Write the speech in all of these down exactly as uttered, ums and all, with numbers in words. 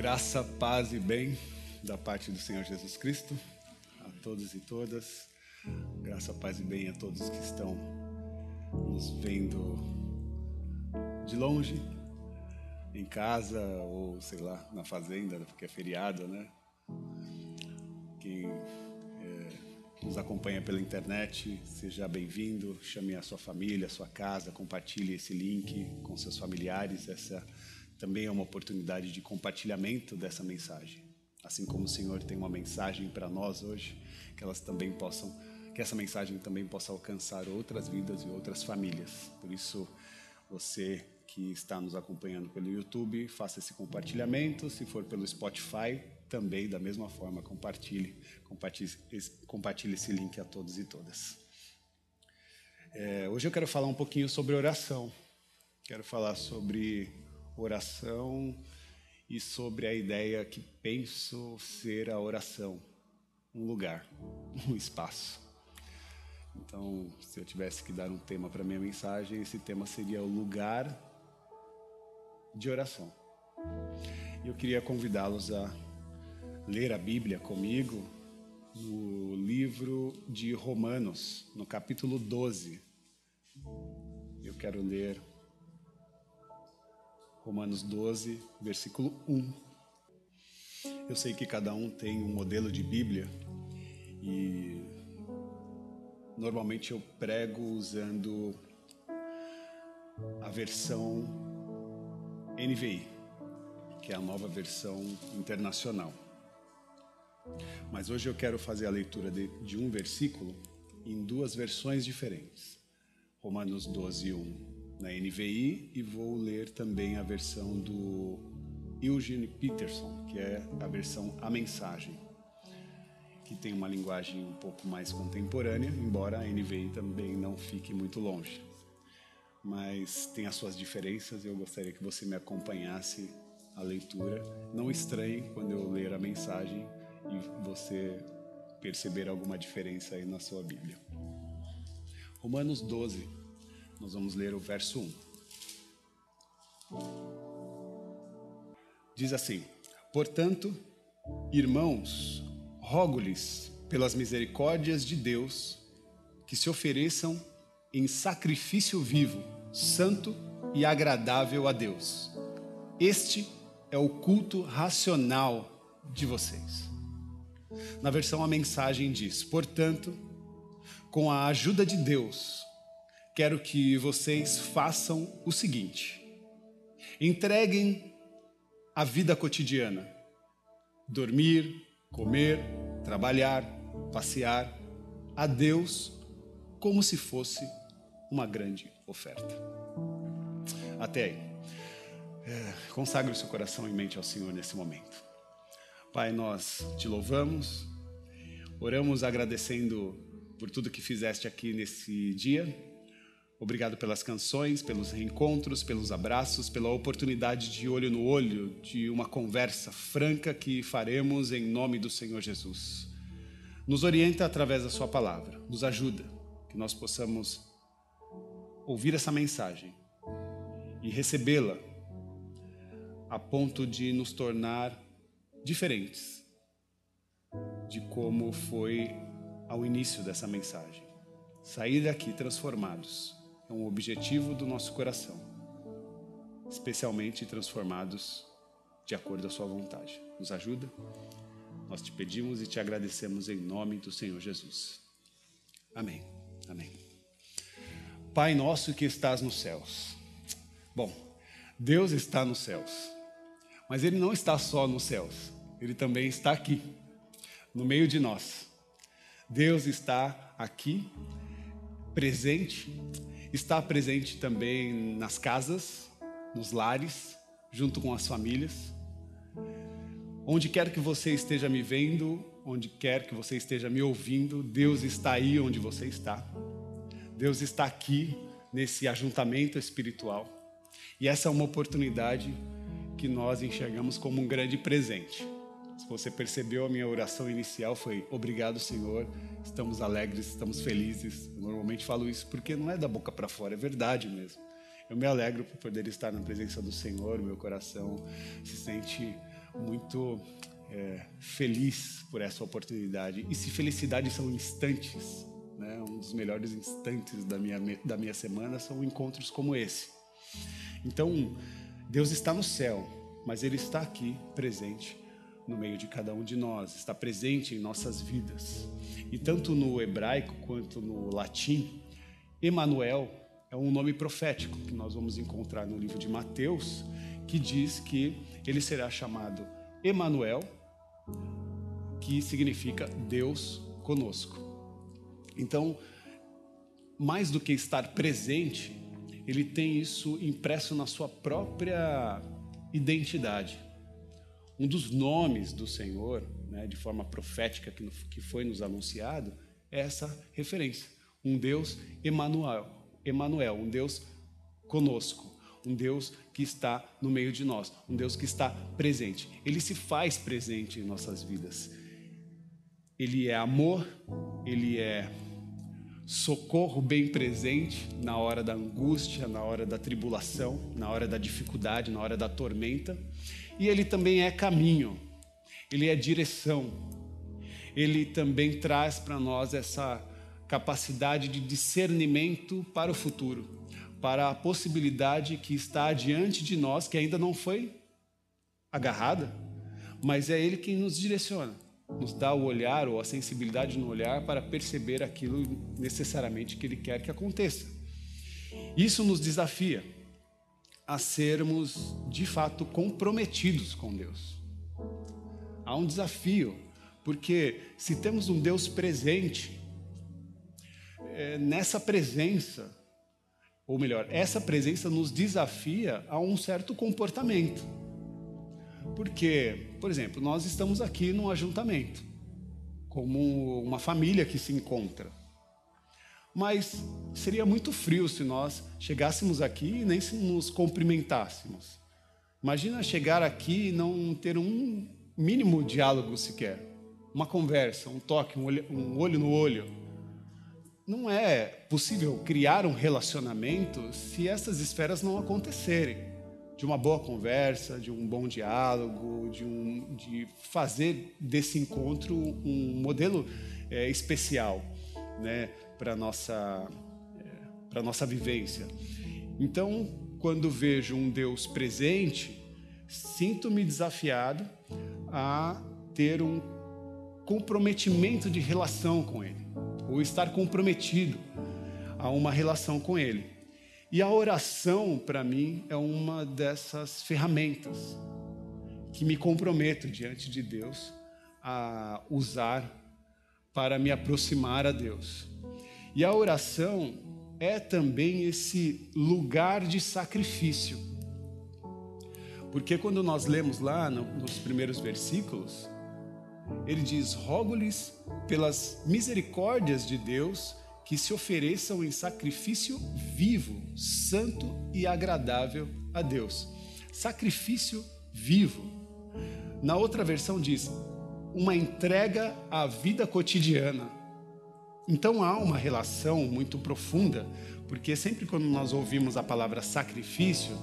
Graça, paz e bem da parte do Senhor Jesus Cristo a todos e todas. Graça, paz e bem a todos que estão nos vendo de longe, em casa ou, sei lá, na fazenda, porque é feriado, né? Quem é, nos acompanha pela internet, seja bem-vindo. Chame a sua família, a sua casa, compartilhe esse link com seus familiares. Essa também é uma oportunidade de compartilhamento dessa mensagem. Assim como o Senhor tem uma mensagem para nós hoje, que elas também possam, que essa mensagem também possa alcançar outras vidas e outras famílias. Por isso, você que está nos acompanhando pelo YouTube, faça esse compartilhamento. Se for pelo Spotify, também da mesma forma, compartilhe, compartilhe, compartilhe esse link a todos e todas. É, hoje eu quero falar um pouquinho sobre oração. Quero falar sobre oração e sobre a ideia que penso ser a oração, um lugar, um espaço. Então, se eu tivesse que dar um tema para minha mensagem, esse tema seria o lugar de oração. E eu queria convidá-los a ler a Bíblia comigo no livro de Romanos, no capítulo doze. Eu quero ler Romanos doze, versículo um. Eu sei que cada um tem um modelo de Bíblia e normalmente eu prego usando a versão N V I, que é a nova versão internacional. Mas hoje eu quero fazer a leitura de, de um versículo em duas versões diferentes. Romanos doze, um na N V I, e vou ler também a versão do Eugene Peterson, que é a versão A Mensagem, que tem uma linguagem um pouco mais contemporânea, embora a N V I também não fique muito longe. Mas tem as suas diferenças e eu gostaria que você me acompanhasse a leitura. Não estranhe quando eu ler a mensagem e você perceber alguma diferença aí na sua Bíblia. Romanos doze, nós vamos ler o verso um. Diz assim: Portanto, irmãos, rogo-lhes pelas misericórdias de Deus que se ofereçam em sacrifício vivo, santo e agradável a Deus. Este é o culto racional de vocês. Na versão A Mensagem diz: Portanto, com a ajuda de Deus, quero que vocês façam o seguinte: entreguem a vida cotidiana, dormir, comer, trabalhar, passear, a Deus como se fosse uma grande oferta. Até aí. É, consagre o seu coração e mente ao Senhor nesse momento. Pai, nós te louvamos, oramos agradecendo por tudo que fizeste aqui nesse dia. Obrigado pelas canções, pelos reencontros, pelos abraços, pela oportunidade de olho no olho, de uma conversa franca que faremos em nome do Senhor Jesus. Nos orienta através da sua palavra, nos ajuda, que nós possamos ouvir essa mensagem e recebê-la a ponto de nos tornar diferentes de como foi ao início dessa mensagem. Sair daqui transformados é um objetivo do nosso coração, especialmente transformados de acordo com a sua vontade. Nos ajuda, nós te pedimos e te agradecemos em nome do Senhor Jesus. Amém. Amém. Pai nosso que estás nos céus. Bom, Deus está nos céus, mas Ele não está só nos céus, Ele também está aqui, no meio de nós. Deus está aqui, presente, está presente também nas casas, nos lares, junto com as famílias. Onde quer que você esteja me vendo, onde quer que você esteja me ouvindo, Deus está aí onde você está. Deus está aqui nesse ajuntamento espiritual. E essa é uma oportunidade que nós enxergamos como um grande presente. Se você percebeu, a minha oração inicial foi: obrigado, Senhor, estamos alegres, estamos felizes. Eu normalmente falo isso porque não é da boca para fora, é verdade mesmo. Eu me alegro por poder estar na presença do Senhor, meu coração se sente muito é, feliz por essa oportunidade. E se felicidade são instantes, né? Um dos melhores instantes da minha, da minha semana são encontros como esse. Então, Deus está no céu, mas Ele está aqui presente no meio de cada um de nós, está presente em nossas vidas. E tanto no hebraico quanto no latim, Emanuel é um nome profético que nós vamos encontrar no livro de Mateus, que diz que ele será chamado Emanuel, que significa Deus conosco. Então, mais do que estar presente, ele tem isso impresso na sua própria identidade. Um dos nomes do Senhor, né, de forma profética que, que foi nos anunciado, é essa referência. Um Deus Emanuel, Emanuel, um Deus conosco, um Deus que está no meio de nós, um Deus que está presente. Ele se faz presente em nossas vidas. Ele é amor, Ele é socorro bem presente na hora da angústia, na hora da tribulação, na hora da dificuldade, na hora da tormenta. E Ele também é caminho, Ele é direção. Ele também traz para nós essa capacidade de discernimento para o futuro, para a possibilidade que está diante de nós, que ainda não foi agarrada, mas é Ele quem nos direciona, nos dá o olhar ou a sensibilidade no olhar para perceber aquilo necessariamente que Ele quer que aconteça. Isso nos desafia a sermos, de fato, comprometidos com Deus. Há um desafio, porque se temos um Deus presente, é, nessa presença, ou melhor, essa presença nos desafia a um certo comportamento. Porque, por exemplo, nós estamos aqui num ajuntamento, como uma família que se encontra. Mas seria muito frio se nós chegássemos aqui e nem se nos cumprimentássemos. Imagina chegar aqui e não ter um mínimo diálogo sequer. Uma conversa, um toque, um olho, um olho no olho. Não é possível criar um relacionamento se essas esferas não acontecerem. De uma boa conversa, de um bom diálogo, de, um, de fazer desse encontro um modelo é, especial, né, para a nossa, é, para a nossa vivência. Então, quando vejo um Deus presente, sinto-me desafiado a ter um comprometimento de relação com Ele, ou estar comprometido a uma relação com Ele. E a oração, para mim, é uma dessas ferramentas que me comprometo diante de Deus a usar para me aproximar a Deus. E a oração é também esse lugar de sacrifício. Porque quando nós lemos lá nos primeiros versículos, ele diz: rogo-lhes pelas misericórdias de Deus que se ofereçam em sacrifício vivo, santo e agradável a Deus. Sacrifício vivo. Na outra versão diz, uma entrega à vida cotidiana. Então há uma relação muito profunda, porque sempre quando nós ouvimos a palavra sacrifício,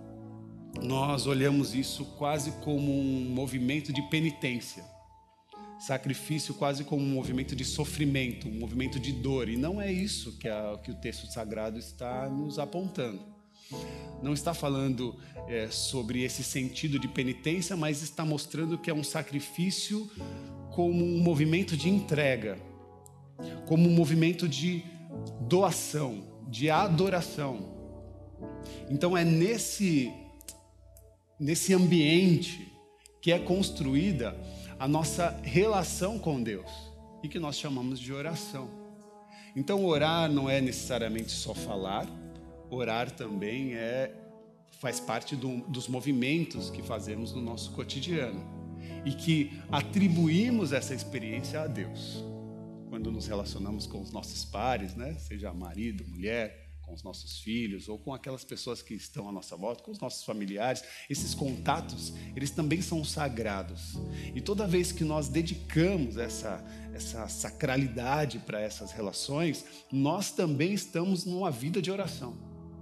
nós olhamos isso quase como um movimento de penitência. Sacrifício quase como um movimento de sofrimento, um movimento de dor. E não é isso que, a, que o texto sagrado está nos apontando. Não está falando é, sobre esse sentido de penitência, mas está mostrando que é um sacrifício como um movimento de entrega, como um movimento de doação, de adoração. Então é nesse, nesse ambiente que é construída a nossa relação com Deus e que nós chamamos de oração. Então orar não é necessariamente só falar, orar também é, faz parte do, dos movimentos que fazemos no nosso cotidiano e que atribuímos essa experiência a Deus. Quando nos relacionamos com os nossos pares, né? Seja marido, mulher, com os nossos filhos ou com aquelas pessoas que estão à nossa volta, com os nossos familiares, esses contatos, eles também são sagrados. E toda vez que nós dedicamos essa, essa sacralidade para essas relações, nós também estamos numa vida de oração.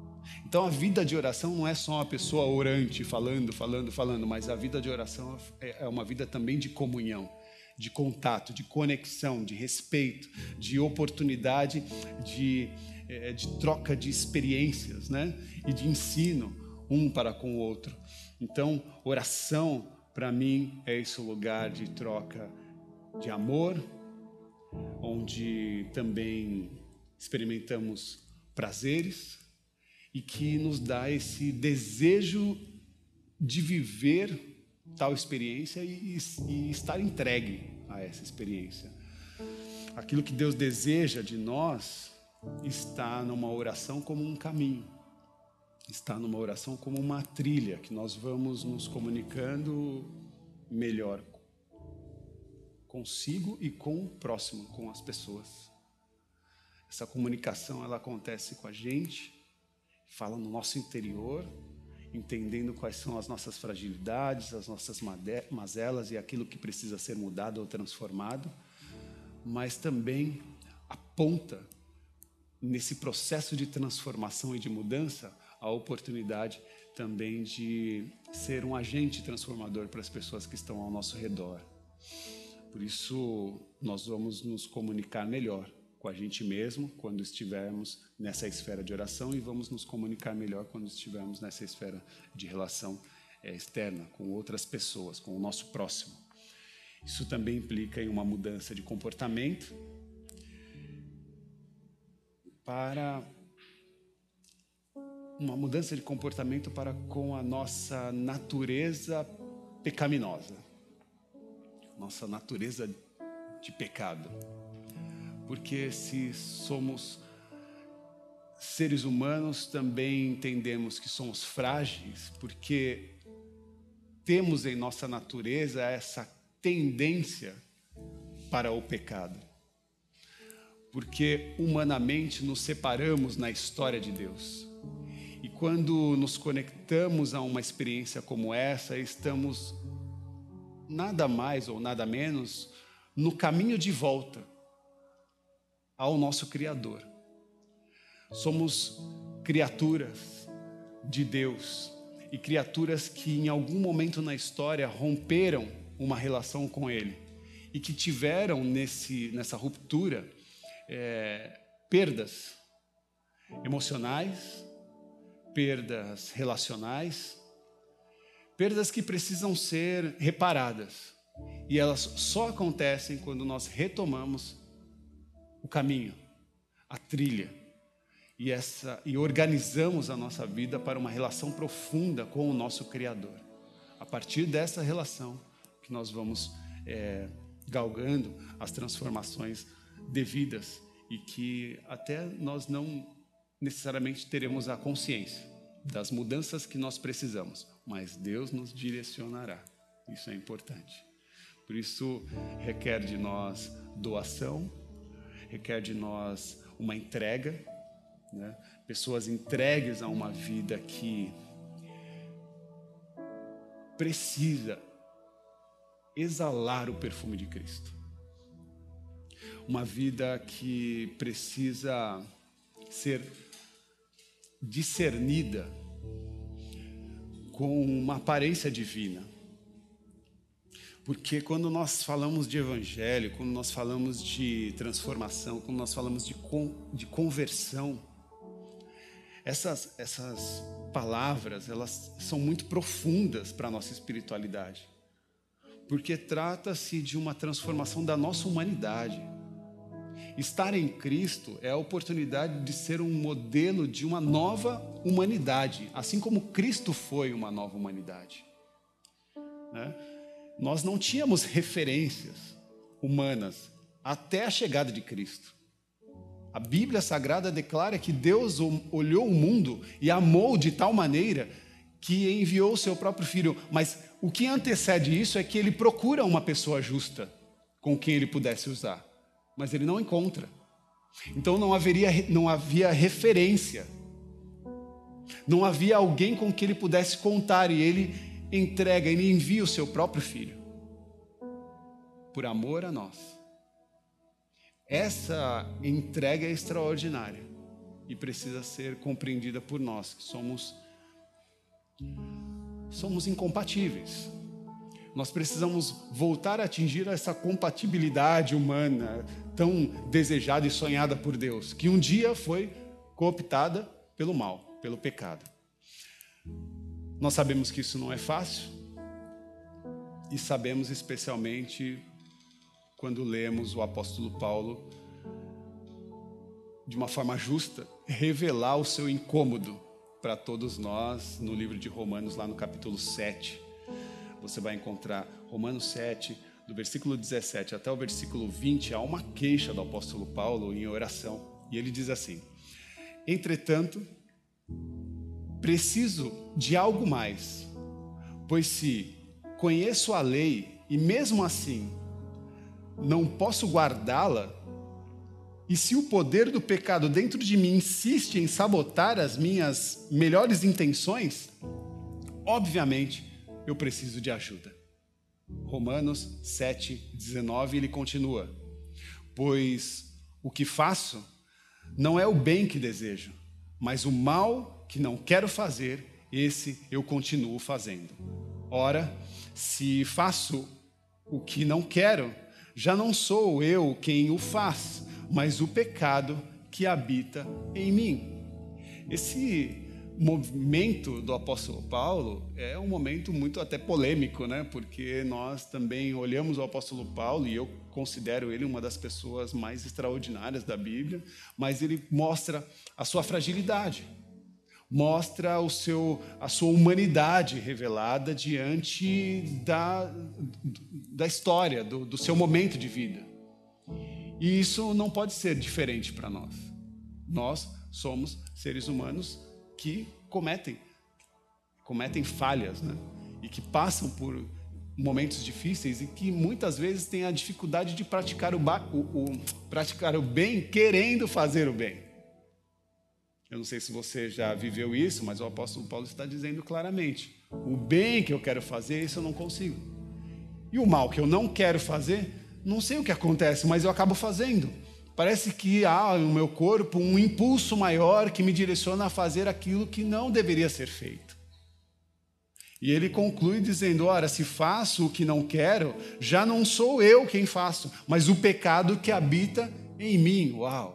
Então a vida de oração não é só uma pessoa orante, falando, falando, falando, mas a vida de oração é uma vida também de comunhão, de contato, de conexão, de respeito, de oportunidade, de, de troca de experiências, né? E de ensino um para com o outro. Então, oração, para mim, é esse lugar de troca de amor, onde também experimentamos prazeres e que nos dá esse desejo de viver tal experiência e, e estar entregue a essa experiência. Aquilo que Deus deseja de nós está numa oração como um caminho, está numa oração como uma trilha que nós vamos nos comunicando melhor consigo e com o próximo, com as pessoas. Essa comunicação, ela acontece com a gente, fala no nosso interior, entendendo quais são as nossas fragilidades, as nossas mazelas e aquilo que precisa ser mudado ou transformado, mas também aponta nesse processo de transformação e de mudança a oportunidade também de ser um agente transformador para as pessoas que estão ao nosso redor. Por isso, nós vamos nos comunicar melhor com a gente mesmo quando estivermos nessa esfera de oração e vamos nos comunicar melhor quando estivermos nessa esfera de relação é, externa com outras pessoas, com o nosso próximo. Isso também implica em uma mudança de comportamento para uma mudança de comportamento para com a nossa natureza pecaminosa, nossa natureza de pecado. Porque se somos seres humanos, também entendemos que somos frágeis, porque temos em nossa natureza essa tendência para o pecado. Porque humanamente nos separamos na história de Deus. E quando nos conectamos a uma experiência como essa, estamos nada mais ou nada menos no caminho de volta ao nosso Criador. Somos criaturas de Deus e criaturas que em algum momento na história romperam uma relação com Ele e que tiveram nesse, nessa ruptura é, perdas emocionais, perdas relacionais, perdas que precisam ser reparadas. E elas só acontecem quando nós retomamos o caminho, a trilha, e, essa, e organizamos a nossa vida para uma relação profunda com o nosso Criador. A partir dessa relação que nós vamos é, galgando as transformações devidas e que até nós não necessariamente teremos a consciência das mudanças que nós precisamos, mas Deus nos direcionará. Isso é importante. Por isso requer de nós doação, requer de nós uma entrega, né? Pessoas entregues a uma vida que precisa exalar o perfume de Cristo. Uma vida que precisa ser discernida com uma aparência divina. Porque quando nós falamos de evangelho, quando nós falamos de transformação, quando nós falamos de, con, de conversão, essas, essas palavras, elas são muito profundas para a nossa espiritualidade. Porque trata-se de uma transformação da nossa humanidade. Estar em Cristo é a oportunidade de ser um modelo de uma nova humanidade, assim como Cristo foi uma nova humanidade, né? Nós não tínhamos referências humanas até a chegada de Cristo. A Bíblia Sagrada declara que Deus olhou o mundo e amou de tal maneira que enviou o seu próprio Filho. Mas o que antecede isso é que ele procura uma pessoa justa com quem ele pudesse usar. Mas ele não encontra. Então não haveria, não havia referência. Não havia alguém com quem ele pudesse contar e ele entrega, ele envia o seu próprio Filho por amor a nós. Essa entrega é extraordinária. e precisa ser compreendida por nós, que somos, somos incompatíveis. Nós precisamos voltar a atingir essa compatibilidade humana tão desejada e sonhada por Deus, que um dia foi cooptada pelo mal, pelo pecado. Nós sabemos que isso não é fácil e sabemos especialmente quando lemos o apóstolo Paulo de uma forma justa, revelar o seu incômodo para todos nós no livro de Romanos, lá no capítulo sete. Você vai encontrar Romanos sete, do versículo dezessete até o versículo vinte, há uma queixa do apóstolo Paulo em oração. E ele diz assim: entretanto, preciso de algo mais, pois se conheço a lei e mesmo assim não posso guardá-la, e se o poder do pecado dentro de mim insiste em sabotar as minhas melhores intenções, obviamente eu preciso de ajuda. Romanos sete, dezenove, ele continua: pois o que faço não é o bem que desejo, mas o mal que não quero fazer, esse eu continuo fazendo. Ora, se faço o que não quero, já não sou eu quem o faz, mas o pecado que habita em mim. Esse movimento do apóstolo Paulo é um momento muito até polêmico, né? Porque nós também olhamos o apóstolo Paulo, e eu considero ele uma das pessoas mais extraordinárias da Bíblia, mas ele mostra a sua fragilidade, mostra o seu, a sua humanidade revelada diante da, da história, do, do seu momento de vida. E isso não pode ser diferente para nós. Nós somos seres humanos que cometem, cometem falhas, né? E que passam por momentos difíceis e que muitas vezes têm a dificuldade de praticar o, ba- o, o, praticar o bem querendo fazer o bem. Eu não sei se você já viveu isso, mas o apóstolo Paulo está dizendo claramente: o bem que eu quero fazer, isso eu não consigo. E o mal que eu não quero fazer, não sei o que acontece, mas eu acabo fazendo. Parece que há no meu corpo um impulso maior que me direciona a fazer aquilo que não deveria ser feito. E ele conclui dizendo: ora, se faço o que não quero, já não sou eu quem faço, mas o pecado que habita em mim. Uau!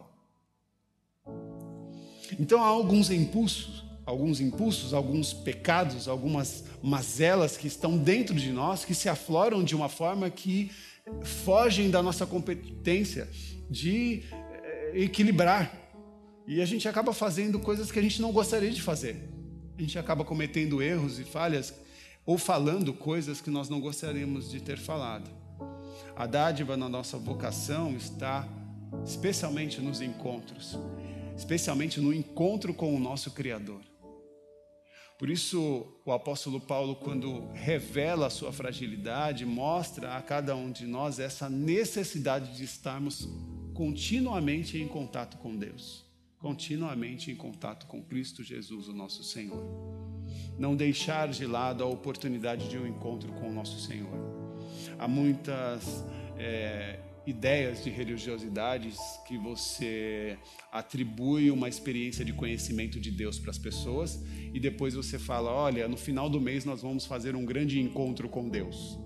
Então há alguns impulsos, alguns impulsos, alguns pecados, algumas mazelas que estão dentro de nós, que se afloram de uma forma que fogem da nossa competência de equilibrar. E a gente acaba fazendo coisas que a gente não gostaria de fazer. A gente acaba cometendo erros e falhas ou falando coisas que nós não gostaríamos de ter falado. A dádiva na nossa vocação está especialmente nos encontros, especialmente no encontro com o nosso Criador. Por isso, o apóstolo Paulo, quando revela a sua fragilidade, mostra a cada um de nós essa necessidade de estarmos continuamente em contato com Deus, continuamente em contato com Cristo Jesus, o nosso Senhor. Não deixar de lado a oportunidade de um encontro com o nosso Senhor. Há muitas é, ideias de religiosidades que você atribui uma experiência de conhecimento de Deus para as pessoas e depois você fala: olha, no final do mês nós vamos fazer um grande encontro com Deus.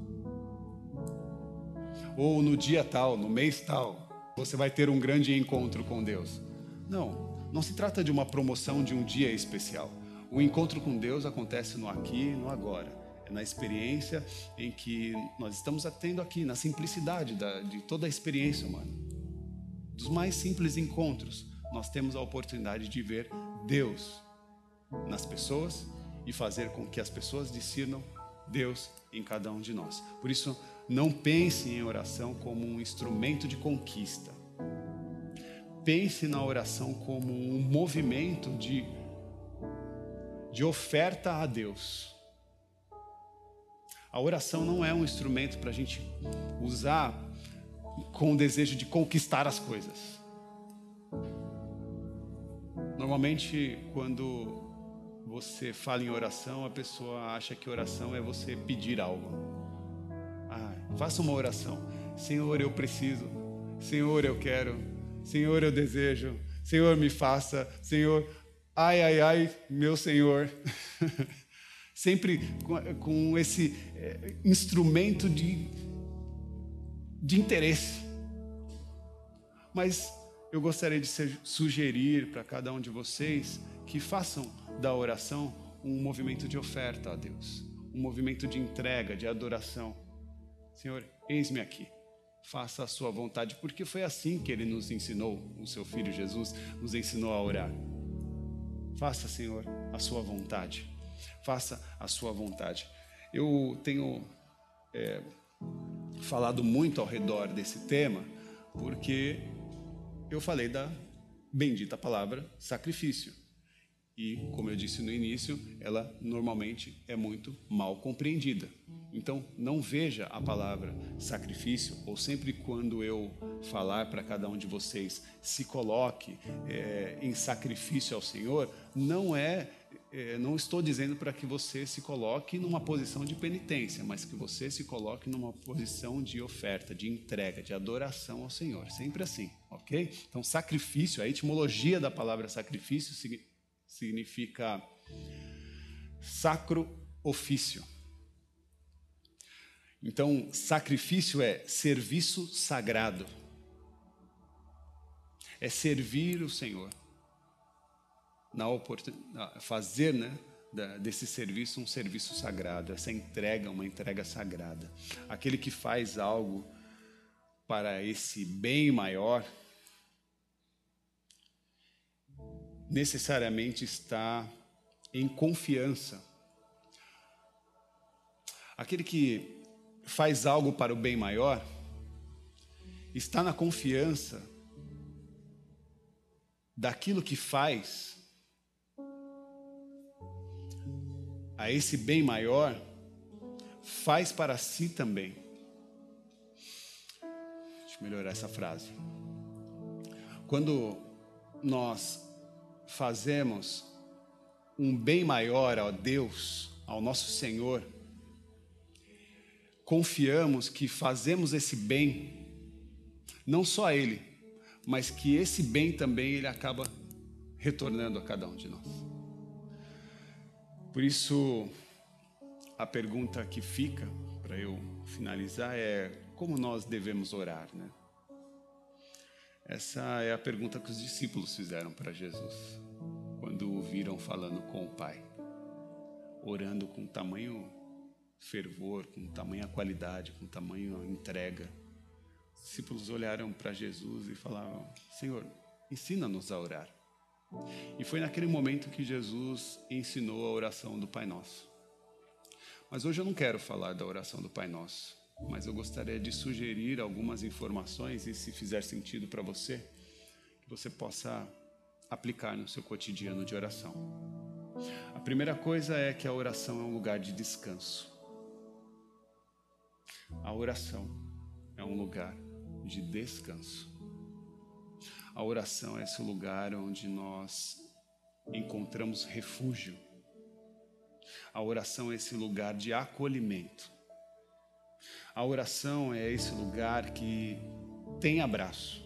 Ou no dia tal, no mês tal, você vai ter um grande encontro com Deus. Não, não se trata de uma promoção de um dia especial. O encontro com Deus acontece no aqui e no agora. É na experiência em que nós estamos tendo aqui, na simplicidade da, de toda a experiência humana. Dos mais simples encontros, nós temos a oportunidade de ver Deus nas pessoas e fazer com que as pessoas discernam Deus em cada um de nós. Por isso, não pense em oração como um instrumento de conquista. Pense na oração como um movimento de, de oferta a Deus. A oração não é um instrumento para a gente usar com o desejo de conquistar as coisas. Normalmente, quando você fala em oração, a pessoa acha que oração é você pedir algo. Ah, faça uma oração. Senhor, eu preciso. Senhor, eu quero. Senhor, eu desejo. Senhor, me faça, Senhor, ai, ai, ai, meu Senhor. Sempre com, com esse é, instrumento de, de interesse. Mas eu gostaria de ser, sugerir para cada um de vocês que façam da oração um movimento de oferta a Deus, um movimento de entrega, de adoração. Senhor, eis-me aqui, faça a sua vontade, porque foi assim que Ele nos ensinou, o seu Filho Jesus nos ensinou a orar. Faça, Senhor, a sua vontade, faça a sua vontade. Eu tenho é, falado muito ao redor desse tema, porque eu falei da bendita palavra sacrifício. E, como eu disse no início, ela normalmente é muito mal compreendida. Então, não veja a palavra sacrifício, ou sempre quando eu falar para cada um de vocês, se coloque é, em sacrifício ao Senhor, não é, é não estou dizendo para que você se coloque numa posição de penitência, mas que você se coloque numa posição de oferta, de entrega, de adoração ao Senhor. Sempre assim, ok? Então, sacrifício, a etimologia da palavra sacrifício significa sacro ofício. Então, sacrifício é serviço sagrado. É servir o Senhor. Na oportunidade, fazer, né, desse serviço um serviço sagrado. Essa entrega, uma entrega sagrada. Aquele que faz algo para esse bem maior, necessariamente está em confiança. Aquele que faz algo para o bem maior está na confiança daquilo que faz a esse bem maior, faz para si também. Deixa eu melhorar essa frase. Quando nós fazemos um bem maior a Deus, ao nosso Senhor, confiamos que fazemos esse bem, não só a Ele, mas que esse bem também Ele acaba retornando a cada um de nós. Por isso, a pergunta que fica, para eu finalizar, é como nós devemos orar, né? Essa é a pergunta que os discípulos fizeram para Jesus, quando o viram falando com o Pai, orando com tamanho fervor, com tamanha qualidade, com tamanha entrega. Os discípulos olharam para Jesus e falaram: Senhor, ensina-nos a orar. E foi naquele momento que Jesus ensinou a oração do Pai Nosso. Mas hoje eu não quero falar da oração do Pai Nosso, mas eu gostaria de sugerir algumas informações, e se fizer sentido para você, que você possa aplicar no seu cotidiano de oração. A primeira coisa é que a oração é um lugar de descanso. A oração é um lugar de descanso. A oração é esse lugar onde nós encontramos refúgio. A oração é esse lugar de acolhimento. A oração é esse lugar que tem abraço,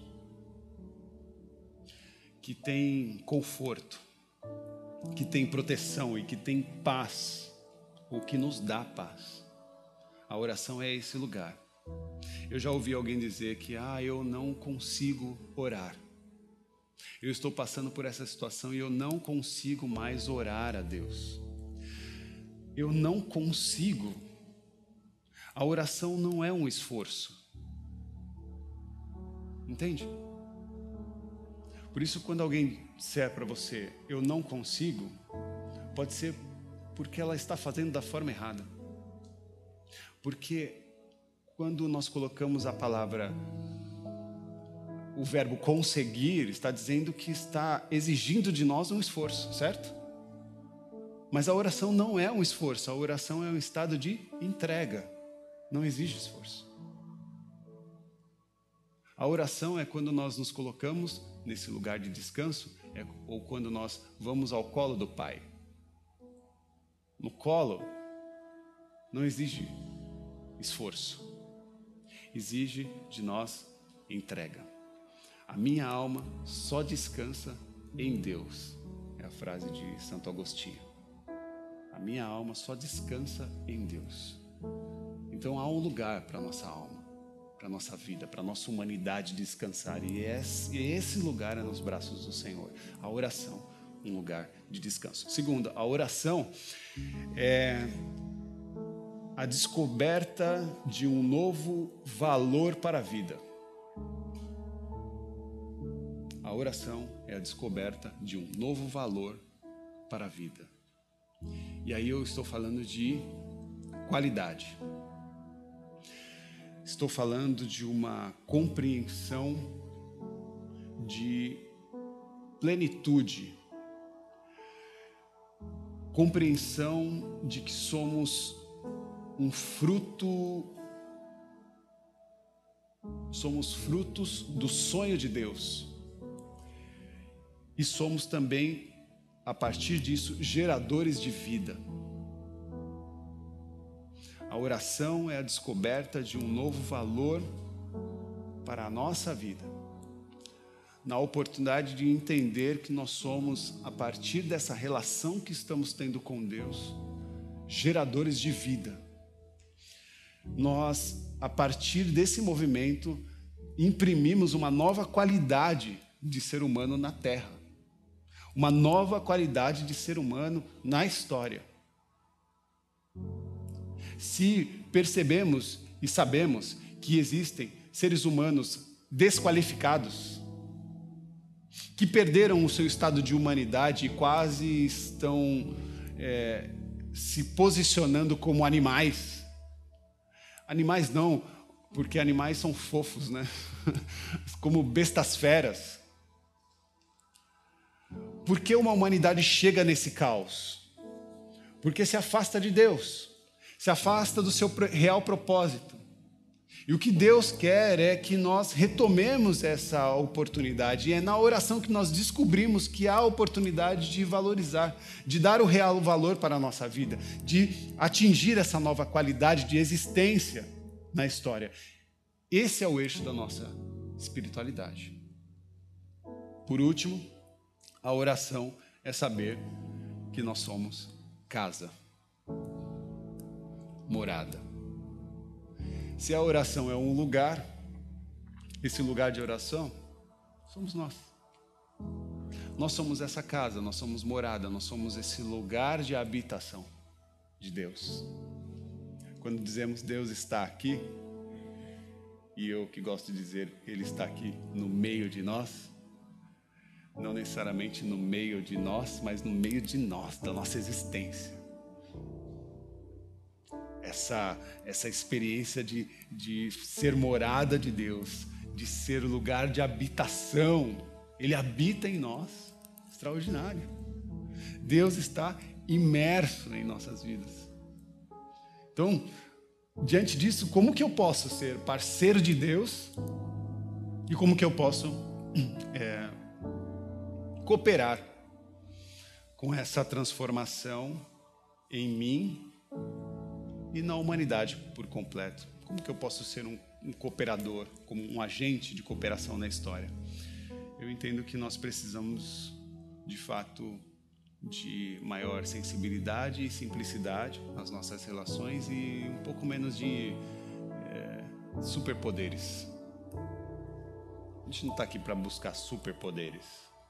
que tem conforto, que tem proteção e que tem paz, ou que nos dá paz. A oração é esse lugar. Eu já ouvi alguém dizer que ah, eu não consigo orar. Eu estou passando por essa situação e eu não consigo mais orar a Deus. Eu não consigo. A oração não é um esforço. Entende? Por isso, quando alguém disser para você, eu não consigo, pode ser porque ela está fazendo da forma errada. Porque quando nós colocamos a palavra, o verbo conseguir, está dizendo que está exigindo de nós um esforço, certo? Mas a oração não é um esforço, a oração é um estado de entrega, não exige esforço. A oração é quando nós nos colocamos nesse lugar de descanso, é, ou quando nós vamos ao colo do Pai. No colo, não exige esforço, exige de nós entrega. A minha alma só descansa em Deus. É a frase de Santo Agostinho. A minha alma só descansa em Deus. Então há um lugar para a nossa alma, para a nossa vida, para a nossa humanidade descansar. E esse, e esse lugar é nos braços do Senhor. A oração, um lugar de descanso. Segundo, a oração é a descoberta de um novo valor para a vida. A oração é a descoberta de um novo valor para a vida. E aí eu estou falando de qualidade. Estou falando de uma compreensão de plenitude. Compreensão de que somos um fruto, somos frutos do sonho de Deus. E somos também, a partir disso, geradores de vida. A oração é a descoberta de um novo valor para a nossa vida. Na oportunidade de entender que nós somos, a partir dessa relação que estamos tendo com Deus, geradores de vida. Nós, a partir desse movimento, imprimimos uma nova qualidade de ser humano na Terra. Uma nova qualidade de ser humano na história. Se percebemos e sabemos que existem seres humanos desqualificados, que perderam o seu estado de humanidade e quase estão é, se posicionando como animais. Animais não, porque animais são fofos, né? Como bestas feras. Por que uma humanidade chega nesse caos? Porque se afasta de Deus, se afasta do seu real propósito. E o que Deus quer é que nós retomemos essa oportunidade. E é na oração que nós descobrimos que há a oportunidade de valorizar, de dar o real valor para a nossa vida, de atingir essa nova qualidade de existência na história. Esse é o eixo da nossa espiritualidade. Por último, a oração é saber que nós somos casa, morada. Se a oração é um lugar, esse lugar de oração somos nós. Nós somos essa casa, nós somos morada, nós somos esse lugar de habitação de Deus. Quando dizemos Deus está aqui, e eu que gosto de dizer Ele está aqui no meio de nós, não necessariamente no meio de nós, mas no meio de nós, da nossa existência. Essa, essa experiência de, de ser morada de Deus, de ser lugar de habitação. Ele habita em nós, extraordinário. Deus está imerso em nossas vidas. Então, diante disso, como que eu posso ser parceiro de Deus e como que eu posso é, cooperar com essa transformação em mim e na humanidade por completo? Como que eu posso ser um, um cooperador, como um agente de cooperação na história? Eu entendo que nós precisamos, de fato, de maior sensibilidade e simplicidade nas nossas relações e um pouco menos de é, superpoderes. A gente não está aqui para buscar superpoderes.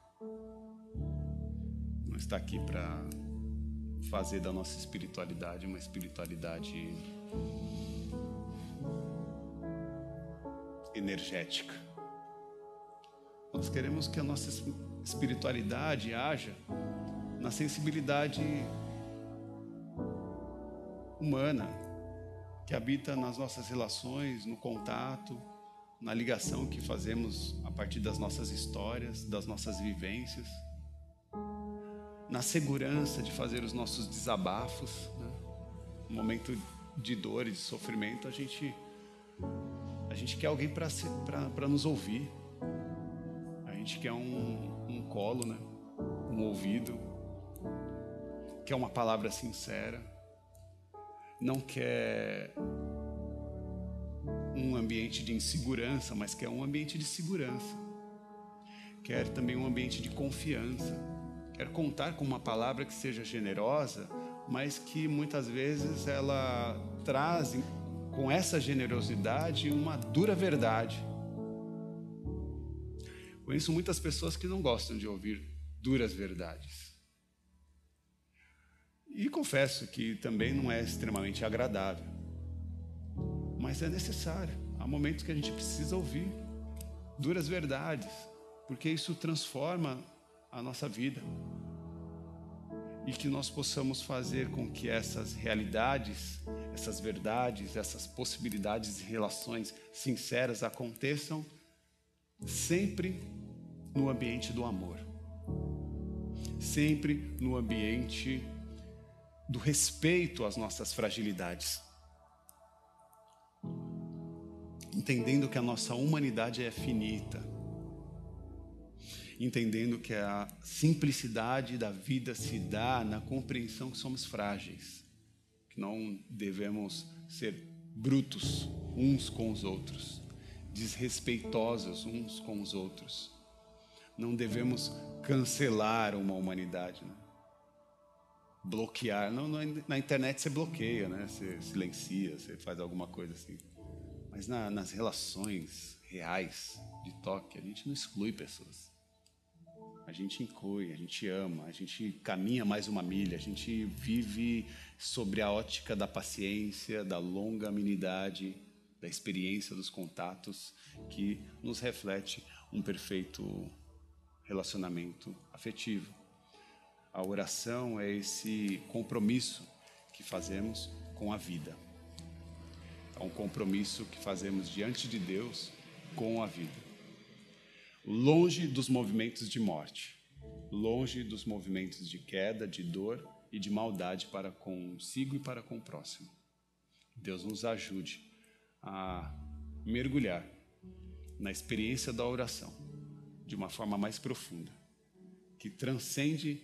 Não está aqui para fazer da nossa espiritualidade uma espiritualidade energética. Nós queremos que a nossa espiritualidade haja na sensibilidade humana, que habita nas nossas relações, no contato, na ligação que fazemos a partir das nossas histórias, das nossas vivências, na segurança de fazer os nossos desabafos, né? No momento de dor e de sofrimento, a gente, a gente quer alguém para nos ouvir. A gente quer um, um colo, né? Um ouvido, quer uma palavra sincera, não quer um ambiente de insegurança, mas quer um ambiente de segurança. quer também um ambiente de confiança, quer contar com uma palavra que seja generosa, mas que muitas vezes ela traz com essa generosidade uma dura verdade. Conheço muitas pessoas que não gostam de ouvir duras verdades. E confesso que também não é extremamente agradável. Mas é necessário. Há momentos que a gente precisa ouvir duras verdades, porque isso transforma a nossa vida. E que nós possamos fazer com que essas realidades, essas verdades, essas possibilidades de relações sinceras aconteçam sempre no ambiente do amor. Sempre no ambiente do respeito às nossas fragilidades. Entendendo que a nossa humanidade é finita. Entendendo que a simplicidade da vida se dá na compreensão que somos frágeis. Que não devemos ser brutos uns com os outros. Desrespeitosos uns com os outros. Não devemos cancelar uma humanidade, né? Bloquear. Não, não, na internet você bloqueia, né? Você silencia, você faz alguma coisa assim. Mas na, nas relações reais de toque, a gente não exclui pessoas. A gente inclui, a gente ama, a gente caminha mais uma milha, a gente vive sobre a ótica da paciência, da longanimidade, da experiência dos contatos, que nos reflete um perfeito relacionamento afetivo. A oração é esse compromisso que fazemos com a vida. É um compromisso que fazemos diante de Deus com a vida. Longe dos movimentos de morte, longe dos movimentos de queda, de dor e de maldade para consigo e para com o próximo. Deus nos ajude a mergulhar na experiência da oração de uma forma mais profunda, que transcende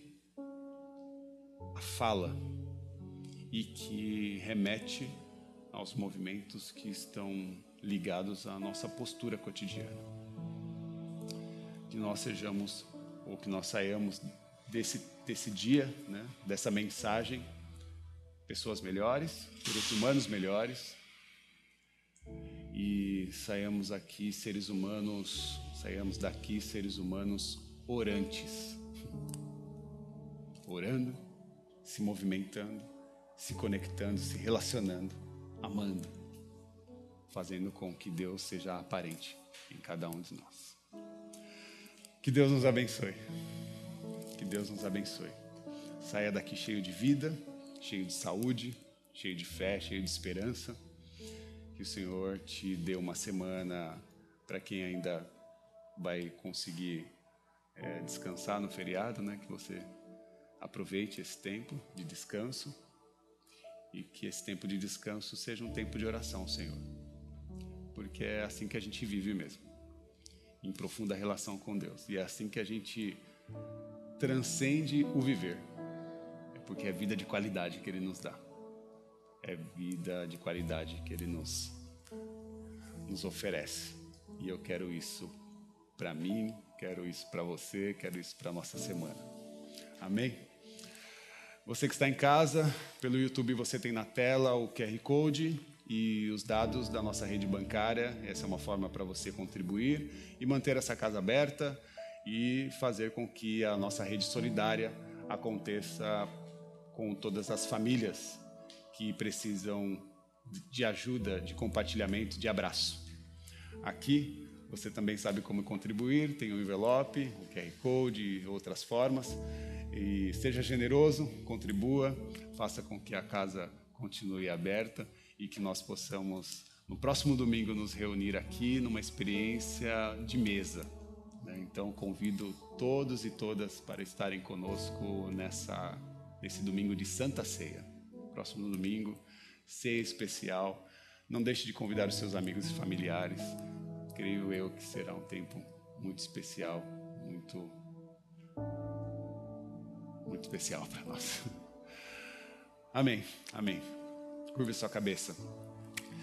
a fala e que remete aos movimentos que estão ligados à nossa postura cotidiana. Que nós sejamos, ou que nós saiamos desse, desse dia, né, dessa mensagem, pessoas melhores, seres humanos melhores, e saiamos aqui seres humanos, saiamos daqui seres humanos orantes, orando, se movimentando, se conectando, se relacionando, amando, fazendo com que Deus seja aparente em cada um de nós. Que Deus nos abençoe. Que Deus nos abençoe. Saia daqui cheio de vida, cheio de saúde, cheio de fé, cheio de esperança. Que o Senhor te dê uma semana, para quem ainda vai conseguir é, descansar no feriado, né? Que você aproveite esse tempo de descanso e que esse tempo de descanso seja um tempo de oração, Senhor. Porque é assim que a gente vive mesmo. Em profunda relação com Deus. E é assim que a gente transcende o viver. É porque é vida de qualidade que Ele nos dá. É vida de qualidade que Ele nos, nos oferece. E eu quero isso para mim, quero isso para você, quero isso para a nossa semana. Amém? Você que está em casa, pelo YouTube você tem na tela o Q R Code e os dados da nossa rede bancária. Essa é uma forma para você contribuir e manter essa casa aberta e fazer com que a nossa rede solidária aconteça com todas as famílias que precisam de ajuda, de compartilhamento, de abraço. Aqui você também sabe como contribuir, tem o envelope, o Q R Code e outras formas. E seja generoso, contribua, faça com que a casa continue aberta e que nós possamos, no próximo domingo, nos reunir aqui numa experiência de mesa. Então, convido todos e todas para estarem conosco nessa, nesse domingo de Santa Ceia. Próximo domingo, ceia especial. Não deixe de convidar os seus amigos e familiares. Creio eu que será um tempo muito especial, muito, muito especial para nós. Amém, amém. Curve sua cabeça.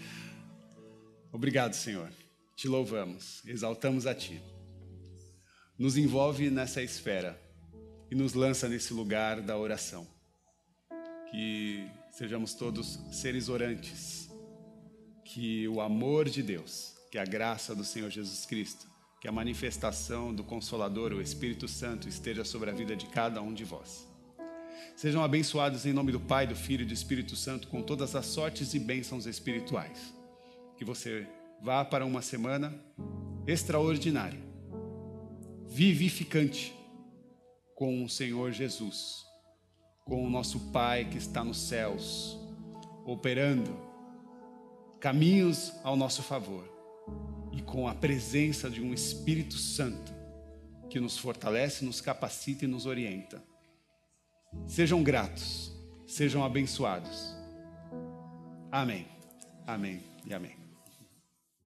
Obrigado, Senhor. Te louvamos, exaltamos a Ti. nos envolve nessa esfera e nos lança nesse lugar da oração. Que sejamos todos seres orantes, que o amor de Deus, que a graça do Senhor Jesus Cristo, que a manifestação do Consolador, o Espírito Santo, esteja sobre a vida de cada um de vós. Sejam abençoados em nome do Pai, do Filho e do Espírito Santo, com todas as sortes e bênçãos espirituais. Que você vá para uma semana extraordinária, vivificante, com o Senhor Jesus, com o nosso Pai que está nos céus, operando caminhos ao nosso favor e com a presença de um Espírito Santo que nos fortalece, nos capacita e nos orienta. Sejam gratos, sejam abençoados. Amém, amém e amém.